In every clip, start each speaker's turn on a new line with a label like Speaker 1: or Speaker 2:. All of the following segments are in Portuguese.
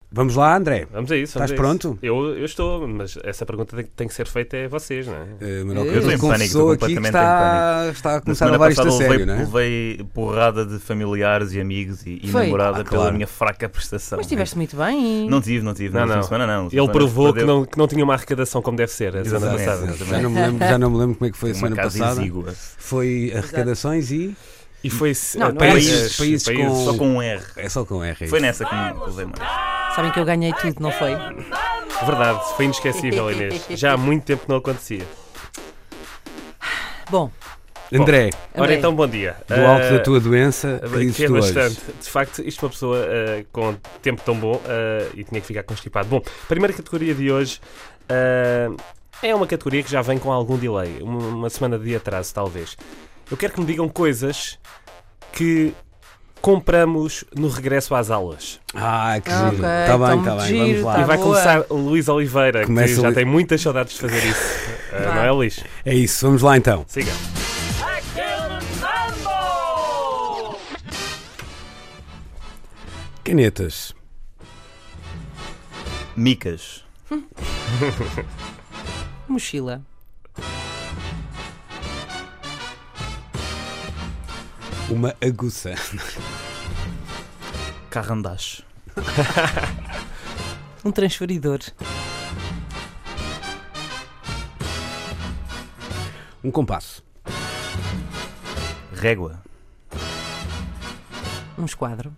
Speaker 1: Vamos lá, André.
Speaker 2: Vamos a isso.
Speaker 1: Estás pronto?
Speaker 2: Eu estou, mas essa pergunta tem que ser feita a vocês, não é?
Speaker 1: Manuel
Speaker 3: Eu
Speaker 1: Cardoso
Speaker 3: estou em pânico,
Speaker 1: confessou aqui que
Speaker 3: completamente em
Speaker 1: está a
Speaker 3: Na
Speaker 1: começar a
Speaker 3: semana
Speaker 1: levar isto a
Speaker 3: passada
Speaker 1: sério, não é?
Speaker 3: levei porrada de familiares e amigos e
Speaker 4: Foi.
Speaker 3: namorada pela
Speaker 1: claro.
Speaker 3: minha fraca prestação.
Speaker 4: Mas estiveste muito bem.
Speaker 3: Não tive.
Speaker 2: Não,
Speaker 3: Na última semana não.
Speaker 2: Ele provou que não tinha uma arrecadação como deve ser a semana
Speaker 3: Exatamente.
Speaker 2: passada.
Speaker 1: Já não me lembro como é que foi a
Speaker 3: Uma
Speaker 1: semana
Speaker 3: casa
Speaker 1: passada.
Speaker 3: exígua.
Speaker 1: Foi arrecadações e
Speaker 2: E foi
Speaker 4: Não,
Speaker 1: países com-
Speaker 3: Só com um R.
Speaker 1: é só com R.
Speaker 3: Foi nessa que me levei mais.
Speaker 4: Sabem que eu ganhei tudo, não foi?
Speaker 2: Verdade, foi inesquecível, Inês. Já há muito tempo que não acontecia.
Speaker 4: Bom,
Speaker 1: André,
Speaker 2: Ora
Speaker 4: André,
Speaker 2: então, bom dia.
Speaker 1: do alto da tua doença, que dizes
Speaker 2: Que é
Speaker 1: tu hoje?
Speaker 2: bastante. De facto, isto é uma pessoa com tempo tão bom e tinha que ficar constipado. Bom, a primeira categoria de hoje é uma categoria que já vem com algum delay. Uma semana de atraso, talvez. Eu quero que me digam coisas que compramos no regresso às aulas.
Speaker 1: Ah, que
Speaker 4: Ok,
Speaker 1: giro. Está bem,
Speaker 4: então
Speaker 1: vamos
Speaker 4: giro,
Speaker 1: lá.
Speaker 4: tá
Speaker 2: E vai
Speaker 4: boa.
Speaker 2: começar o Luís Oliveira,
Speaker 1: Começa
Speaker 2: que já
Speaker 1: o-
Speaker 2: tem muitas saudades de fazer isso.
Speaker 4: Vá.
Speaker 2: Não é, Luís?
Speaker 1: É isso, vamos lá então.
Speaker 2: Siga.
Speaker 1: Canetas,
Speaker 3: Micas.
Speaker 4: mochila,
Speaker 1: uma aguça,
Speaker 3: Carrandache.
Speaker 4: um transferidor,
Speaker 1: um compasso,
Speaker 3: Régua.
Speaker 4: um esquadro,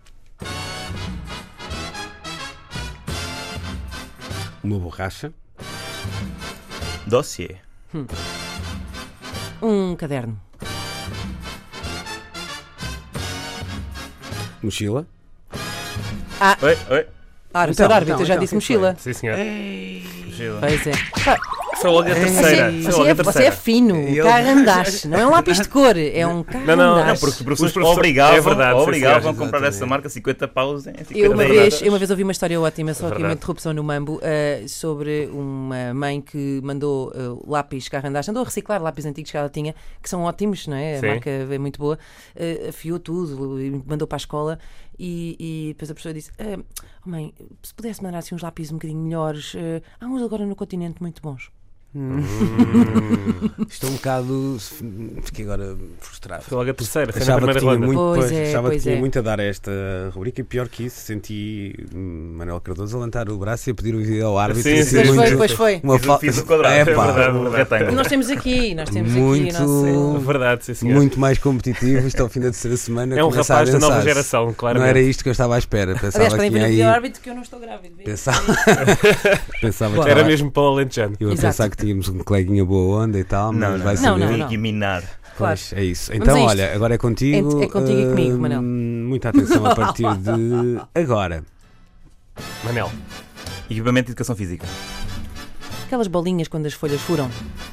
Speaker 1: uma borracha,
Speaker 3: Dossiê.
Speaker 4: um caderno,
Speaker 1: mochila.
Speaker 3: Oi.
Speaker 4: árbitro,
Speaker 1: Então,
Speaker 4: árbitro, eu já
Speaker 1: então,
Speaker 4: disse
Speaker 1: o que é que
Speaker 4: mochila.
Speaker 2: Sim, senhor.
Speaker 3: Mochila.
Speaker 4: Pois é.
Speaker 2: Foi logo a terceira. Foi logo a
Speaker 4: Você é
Speaker 2: terceira.
Speaker 4: fino,
Speaker 1: Eu-
Speaker 4: carrandache. Não é um lápis de cor, é um
Speaker 2: Não,
Speaker 4: carrandache.
Speaker 3: Porque
Speaker 2: Os
Speaker 3: os
Speaker 2: professores-
Speaker 3: obrigavam,
Speaker 2: é verdade, sim,
Speaker 3: obrigavam
Speaker 2: senhor.
Speaker 3: a comprar
Speaker 1: Exatamente.
Speaker 3: essa marca 50 paus em 50
Speaker 4: Eu uma
Speaker 3: euros.
Speaker 4: vez ouvi uma história ótima, só aqui uma
Speaker 2: Verdade.
Speaker 4: interrupção no Mambo, sobre uma mãe que mandou lápis carrandache, andou a reciclar lápis antigos que ela tinha, que são ótimos, não é? A
Speaker 2: Sim.
Speaker 4: marca é muito boa, afiou tudo e mandou para a escola e depois a professora disse, oh mãe, se pudesse mandar assim uns lápis um bocadinho melhores, há uns agora no continente muito bons.
Speaker 1: Estou um bocado. Fiquei agora frustrado.
Speaker 2: Foi logo a terceira. Foi na
Speaker 1: Achava que
Speaker 2: primeira
Speaker 1: tinha
Speaker 2: ronda.
Speaker 1: muito,
Speaker 4: Pois é,
Speaker 1: achava que
Speaker 4: pois
Speaker 1: tinha
Speaker 4: é.
Speaker 1: muito a dar a esta rubrica e pior que isso, senti Manuel Cardoso a levantar o braço e a pedir o vídeo ao árbitro.
Speaker 2: Sim,
Speaker 1: e
Speaker 2: sim.
Speaker 1: ser
Speaker 4: Pois
Speaker 1: muito,
Speaker 4: foi, pois foi.
Speaker 1: Uma
Speaker 3: Fiz o quadrado.
Speaker 1: É, pá,
Speaker 2: É verdade,
Speaker 3: o
Speaker 2: verdade.
Speaker 3: retângulo.
Speaker 4: Nós temos aqui
Speaker 1: Muito-
Speaker 4: o nosso...
Speaker 2: Verdade, sim, senhor.
Speaker 1: muito mais competitivo. Isto ao fim da terceira semana.
Speaker 2: É um
Speaker 1: começa
Speaker 2: rapaz
Speaker 1: a
Speaker 2: da nova
Speaker 1: pensar-se.
Speaker 2: geração,
Speaker 1: Não
Speaker 2: claramente.
Speaker 1: era isto que eu estava à espera. Pensava
Speaker 4: Aliás, podem
Speaker 1: que
Speaker 4: ver no
Speaker 1: tinha
Speaker 4: vídeo
Speaker 1: aí.
Speaker 4: árbitro que eu não estou grávida.
Speaker 1: Pensava, pensava que
Speaker 2: Era
Speaker 1: estava-
Speaker 2: mesmo para o Alentejano.
Speaker 1: Eu a
Speaker 4: Exato.
Speaker 1: pensar que tínhamos um coleguinha boa onda e tal, mas
Speaker 3: Não,
Speaker 1: vai
Speaker 3: não,
Speaker 1: saber.
Speaker 4: não.
Speaker 3: Tinha que minar.
Speaker 4: Claro.
Speaker 1: Pois, é isso.
Speaker 4: Vamos
Speaker 1: Então,
Speaker 4: a isto.
Speaker 1: olha, agora é contigo.
Speaker 4: É contigo e comigo, Manel.
Speaker 1: Muita atenção a partir de agora.
Speaker 2: Manel.
Speaker 3: Equipamento de educação física.
Speaker 4: Aquelas bolinhas quando as folhas furam.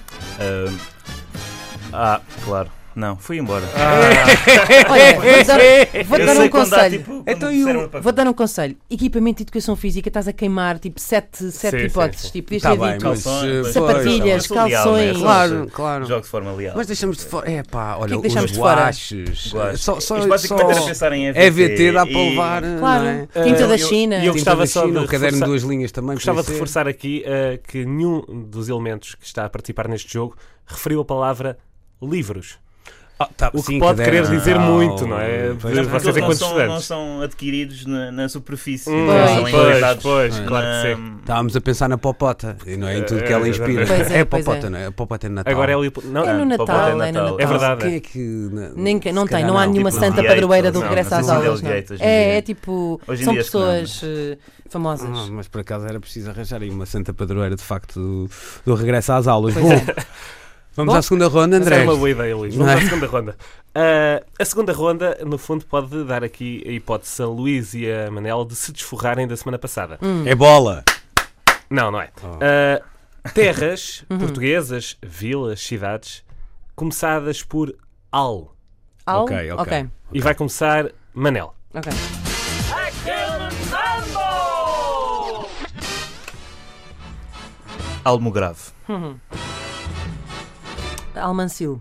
Speaker 3: Claro. Não, fui embora.
Speaker 4: Olha, vou-te
Speaker 3: Eu
Speaker 4: dar
Speaker 3: sei
Speaker 4: um
Speaker 3: quando dá,
Speaker 4: conselho.
Speaker 3: tipo, quando
Speaker 1: Então,
Speaker 3: disseram para-
Speaker 4: Vou-te dar um conselho. Equipamento de educação física, estás a queimar tipo sete
Speaker 2: Sim,
Speaker 4: hipóteses.
Speaker 2: sim.
Speaker 4: Tipo,
Speaker 1: Está
Speaker 4: ter
Speaker 1: bem,
Speaker 4: dito
Speaker 1: mas.
Speaker 3: calções,
Speaker 4: sapatilhas,
Speaker 3: Eu sou leal,
Speaker 4: calções.
Speaker 3: né?
Speaker 1: Claro, claro.
Speaker 3: Jogos de forma leal.
Speaker 1: Mas deixamos de fora. É pá, olha,
Speaker 4: que é que deixamos
Speaker 1: os
Speaker 4: de fora?
Speaker 1: guaches.
Speaker 3: Guaches.
Speaker 1: Só,
Speaker 3: Isto basicamente era pensar em
Speaker 1: EVT dá para
Speaker 3: e-
Speaker 1: levar.
Speaker 4: Claro,
Speaker 1: não é?
Speaker 4: Tinta
Speaker 2: eu-
Speaker 4: da China.
Speaker 2: e eu
Speaker 1: Tinta
Speaker 2: gostava
Speaker 1: da
Speaker 2: só
Speaker 1: China,
Speaker 2: de
Speaker 1: o caderno de
Speaker 2: reforçar-
Speaker 1: 2 linhas também.
Speaker 2: Gostava de
Speaker 1: podia ser.
Speaker 2: reforçar aqui que nenhum dos elementos que está a participar neste jogo referiu a palavra livros.
Speaker 1: Tá,
Speaker 2: O que
Speaker 1: sim,
Speaker 2: pode
Speaker 1: caderno
Speaker 2: querer dizer
Speaker 1: e tal.
Speaker 2: muito, não é?
Speaker 1: Pois,
Speaker 2: De
Speaker 1: pois,
Speaker 2: vocês
Speaker 3: Eles
Speaker 2: enquanto
Speaker 3: não são,
Speaker 2: estudantes.
Speaker 3: não são adquiridos na superfície.
Speaker 2: Pois,
Speaker 3: não são
Speaker 2: pois,
Speaker 3: enraizados
Speaker 2: pois,
Speaker 3: na-
Speaker 2: claro que sim.
Speaker 1: Estávamos a pensar na popota e não é em tudo que ela inspira.
Speaker 4: Pois é,
Speaker 1: a
Speaker 4: pois
Speaker 1: popota,
Speaker 4: é.
Speaker 1: não é? A popota é de Natal.
Speaker 2: Agora é ali. Não,
Speaker 4: É no
Speaker 3: Popota
Speaker 4: Natal,
Speaker 3: é
Speaker 4: é no
Speaker 3: Natal.
Speaker 4: Natal.
Speaker 2: É verdade.
Speaker 1: Quem é que.
Speaker 4: Não
Speaker 1: se
Speaker 4: tem,
Speaker 1: calhar
Speaker 4: não há nenhuma
Speaker 3: tipo
Speaker 4: santa
Speaker 3: Bill
Speaker 4: padroeira do
Speaker 3: Gates,
Speaker 4: regresso
Speaker 3: não,
Speaker 4: às
Speaker 3: não,
Speaker 4: aulas.
Speaker 3: Bill
Speaker 4: não.
Speaker 3: Gates, hoje em
Speaker 4: É
Speaker 3: dia.
Speaker 4: tipo,
Speaker 3: Hoje em
Speaker 4: são
Speaker 3: dia acho que não,
Speaker 4: pessoas famosas.
Speaker 1: Mas por acaso era preciso arranjar aí uma santa padroeira de facto do regresso às aulas.
Speaker 4: Pois
Speaker 1: Bom,
Speaker 4: é.
Speaker 1: vamos
Speaker 4: Bom,
Speaker 1: à segunda ronda,
Speaker 2: Mas
Speaker 1: André.
Speaker 2: é uma boa ideia, Luís.
Speaker 1: Não
Speaker 2: Vamos
Speaker 1: é?
Speaker 2: à segunda ronda. A segunda ronda, no fundo, pode dar aqui a hipótese a Luís e a Manel de se desforrarem da semana passada.
Speaker 1: É bola.
Speaker 2: Não, não é. Terras portuguesas, vilas, cidades, começadas por Al.
Speaker 4: Al?
Speaker 1: Ok, ok.
Speaker 4: Ok.
Speaker 2: E vai começar Manel.
Speaker 4: Ok.
Speaker 3: Almograve.
Speaker 4: Almancil.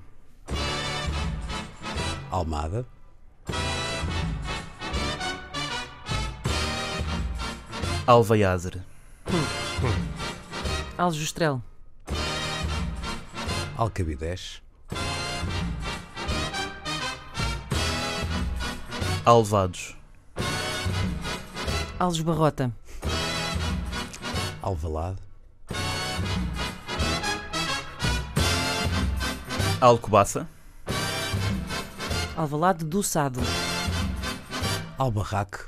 Speaker 1: Almada.
Speaker 3: Alvaiazer.
Speaker 4: Aljustrel.
Speaker 1: Alcabidez.
Speaker 3: Alvados.
Speaker 4: Aljubarrota.
Speaker 1: Alvalade.
Speaker 3: Alcobaça.
Speaker 4: Alvalade do Sado.
Speaker 1: Albarraque.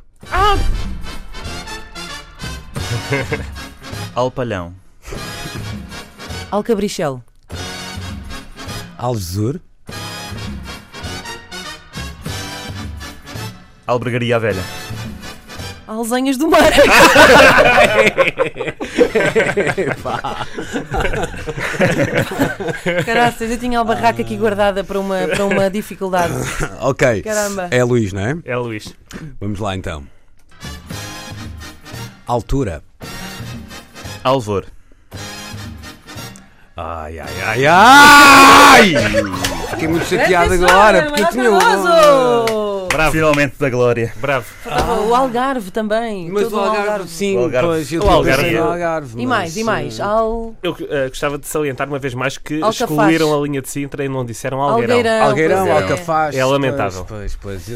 Speaker 3: Alpalhão.
Speaker 4: Alcabrichel.
Speaker 1: Algesur.
Speaker 3: Albergaria à Velha.
Speaker 4: Alzenhas do Mar. Caraças, eu tinha a barraca aqui guardada para uma dificuldade.
Speaker 1: Ok.
Speaker 4: Caramba.
Speaker 1: É Luís, não é?
Speaker 2: É Luís.
Speaker 1: Vamos lá então. Altura.
Speaker 3: Alvor.
Speaker 1: Ai, ai, ai, ai! Fiquei muito chateado agora, porque eu tinha
Speaker 2: Bravo,
Speaker 3: Finalmente da glória.
Speaker 2: bravo.
Speaker 4: O Algarve também.
Speaker 1: Mas
Speaker 4: todo
Speaker 1: o Algarve, sim,
Speaker 3: O Algarve.
Speaker 1: pois, eu
Speaker 2: O Algarve.
Speaker 1: pensei no Algarve.
Speaker 4: E mais, e mais.
Speaker 2: Eu gostava de salientar uma vez mais que
Speaker 4: Alcafaz.
Speaker 2: excluíram a linha de Sintra e não disseram Algueirão.
Speaker 1: Algueirão,
Speaker 4: pois é.
Speaker 1: Alcafaz.
Speaker 2: É lamentável.
Speaker 1: Pois.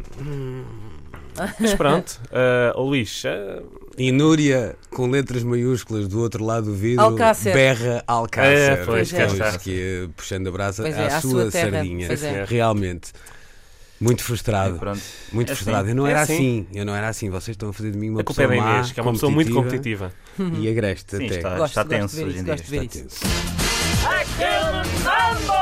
Speaker 2: Mas pronto, Luís,
Speaker 1: Inúria, com letras maiúsculas do outro lado do vidro,
Speaker 4: Alcácer.
Speaker 1: berra Alcácer.
Speaker 2: É, pois,
Speaker 4: cá
Speaker 2: está.
Speaker 1: Que puxando a brasa
Speaker 4: Pois é,
Speaker 1: à
Speaker 4: à
Speaker 1: sua
Speaker 4: sua terra.
Speaker 1: sardinha.
Speaker 4: Pois é.
Speaker 1: Realmente. Muito frustrado.
Speaker 3: Pronto.
Speaker 1: Muito
Speaker 3: É
Speaker 1: frustrado.
Speaker 3: assim.
Speaker 1: Eu não
Speaker 2: É
Speaker 1: era
Speaker 2: assim.
Speaker 1: assim. Eu não era assim. Vocês estão a fazer de mim uma
Speaker 2: a culpa é
Speaker 1: pessoa
Speaker 2: da
Speaker 1: má,
Speaker 2: Inês, que é uma pessoa muito competitiva.
Speaker 1: e agreste
Speaker 3: Sim,
Speaker 1: até.
Speaker 3: está
Speaker 4: Gosto de ver
Speaker 3: tenso
Speaker 4: isso,
Speaker 3: hoje em
Speaker 4: gosto de
Speaker 3: dia.
Speaker 4: ver
Speaker 1: Está
Speaker 4: isso.
Speaker 1: tenso.
Speaker 5: Aquele mambo!